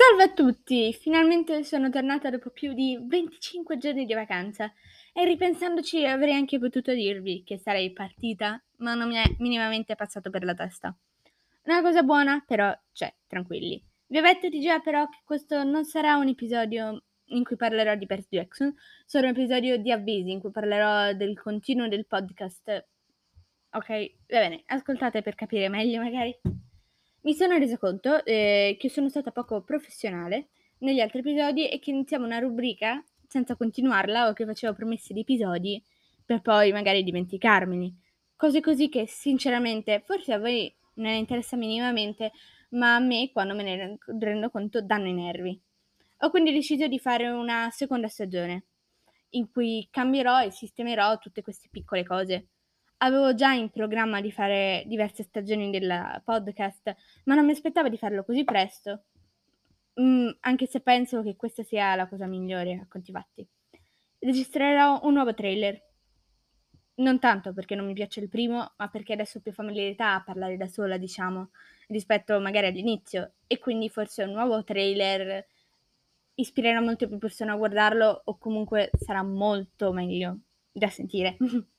Salve a tutti! Finalmente sono tornata dopo più di 25 giorni di vacanza e ripensandoci avrei anche potuto dirvi che sarei partita, ma non mi è minimamente passato per la testa. Una cosa buona però c'è, tranquilli. Vi ho detto di già però che questo non sarà un episodio in cui parlerò di Percy Jackson, sarà un episodio di avvisi in cui parlerò del continuo del podcast. Ok, va bene, ascoltate per capire meglio magari. Mi sono resa conto che sono stata poco professionale negli altri episodi e che iniziamo una rubrica senza continuarla o che facevo promesse di episodi per poi magari dimenticarmeli. Cose così che sinceramente forse a voi non interessa minimamente, ma a me quando me ne rendo conto danno i nervi. Ho quindi deciso di fare una seconda stagione in cui cambierò e sistemerò tutte queste piccole cose. Avevo già in programma di fare diverse stagioni del podcast, ma non mi aspettavo di farlo così presto. Anche se penso che questa sia la cosa migliore a conti fatti. Registrerò un nuovo trailer. Non tanto perché non mi piace il primo, ma perché adesso ho più familiarità a parlare da sola, diciamo, rispetto magari all'inizio. E quindi forse un nuovo trailer ispirerà molte più persone a guardarlo o comunque sarà molto meglio da sentire.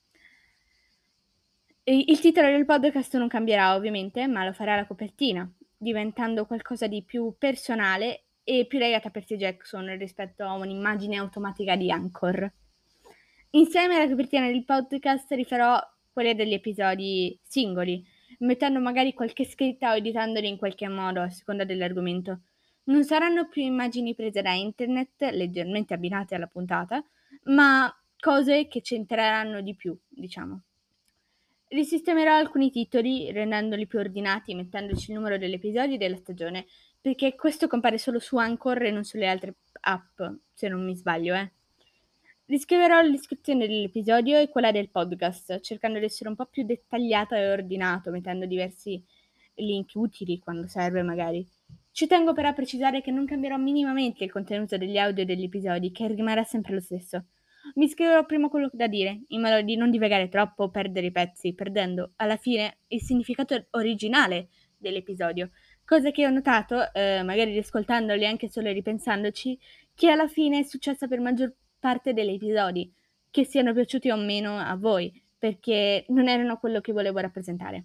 Il titolo del podcast non cambierà ovviamente, ma lo farà la copertina, diventando qualcosa di più personale e più legato a Percy Jackson rispetto a un'immagine automatica di Anchor. Insieme alla copertina del podcast rifarò quelle degli episodi singoli, mettendo magari qualche scritta o editandoli in qualche modo a seconda dell'argomento. Non saranno più immagini prese da internet, leggermente abbinate alla puntata, ma cose che c'entreranno di più, diciamo. Risistemerò alcuni titoli, rendendoli più ordinati, mettendoci il numero degli episodi della stagione, perché questo compare solo su Anchor e non sulle altre app, se non mi sbaglio, Riscriverò l'iscrizione dell'episodio e quella del podcast, cercando di essere un po' più dettagliato e ordinato, mettendo diversi link utili quando serve magari. Ci tengo però a precisare che non cambierò minimamente il contenuto degli audio e degli episodi, che rimarrà sempre lo stesso. Mi scriverò prima quello da dire, in modo di non divagare troppo o perdere i pezzi, perdendo alla fine il significato originale dell'episodio. Cosa che ho notato, magari riascoltandoli anche solo ripensandoci, che alla fine è successa per maggior parte degli episodi, che siano piaciuti o meno a voi, perché non erano quello che volevo rappresentare.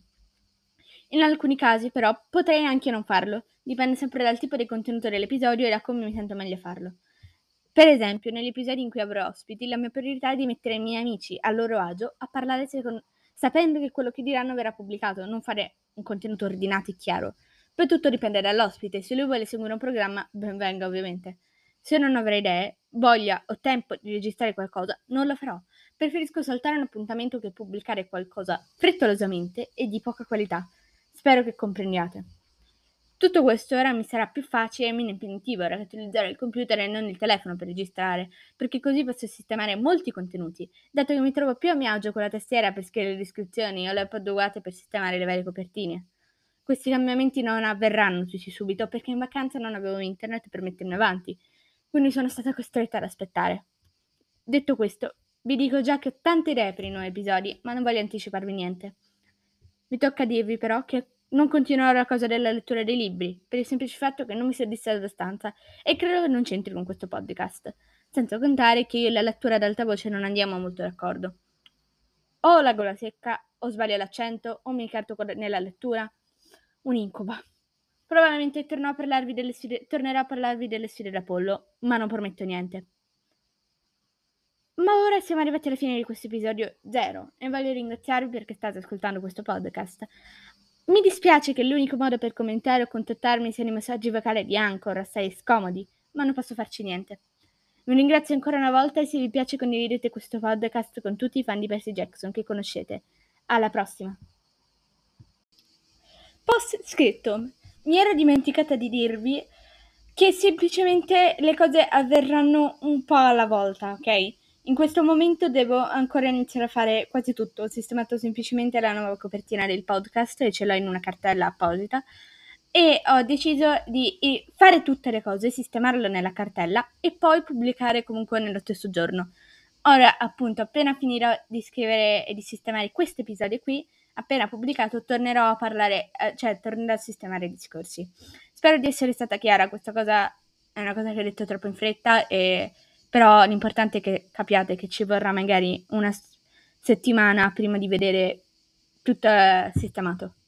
In alcuni casi, però, potrei anche non farlo, dipende sempre dal tipo di contenuto dell'episodio e da come mi sento meglio a farlo. Per esempio, negli episodi in cui avrò ospiti, la mia priorità è di mettere i miei amici a loro agio a parlare sapendo che quello che diranno verrà pubblicato, non fare un contenuto ordinato e chiaro. Poi tutto dipende dall'ospite, se lui vuole seguire un programma, ben venga ovviamente. Se non avrei idee, voglia o tempo di registrare qualcosa, non lo farò. Preferisco saltare un appuntamento che pubblicare qualcosa frettolosamente e di poca qualità. Spero che comprendiate. Tutto questo ora mi sarà più facile e meno impegnativo ora che utilizzare il computer e non il telefono per registrare, perché così posso sistemare molti contenuti, dato che mi trovo più a mio agio con la tastiera per scrivere le descrizioni o le app adeguate per sistemare le varie copertine. Questi cambiamenti non avverranno tutti subito perché in vacanza non avevo internet per mettermi avanti, quindi sono stata costretta ad aspettare. Detto questo, vi dico già che ho tante idee per i nuovi episodi, ma non voglio anticiparvi niente. Mi tocca dirvi però che non continuerò la cosa della lettura dei libri, per il semplice fatto che non mi soddisfa abbastanza e credo che non c'entri con questo podcast, senza contare che io e la lettura ad alta voce non andiamo molto d'accordo. O ho la gola secca, o sbaglio l'accento, o mi incarto nella lettura. Un incubo. Probabilmente tornerò a parlarvi delle sfide d'Apollo, ma non prometto niente. Ma ora siamo arrivati alla fine di questo episodio 0 e voglio ringraziarvi perché state ascoltando questo podcast. Mi dispiace che l'unico modo per commentare o contattarmi siano i messaggi vocali di Anchor, assai scomodi, ma non posso farci niente. Vi ringrazio ancora una volta e se vi piace condividete questo podcast con tutti i fan di Percy Jackson che conoscete. Alla prossima! Post scritto. Mi ero dimenticata di dirvi che semplicemente le cose avverranno un po' alla volta, ok? In questo momento devo ancora iniziare a fare quasi tutto. Ho sistemato semplicemente la nuova copertina del podcast e ce l'ho in una cartella apposita. E ho deciso di fare tutte le cose, sistemarle nella cartella e poi pubblicare comunque nello stesso giorno. Ora, appunto, appena finirò di scrivere e di sistemare questo episodio qui, appena pubblicato, tornerò a parlare, tornerò a sistemare i discorsi. spero di essere stata chiara, questa cosa è una cosa che ho detto troppo in fretta, però l'importante è che capiate che ci vorrà magari una settimana prima di vedere tutto sistemato.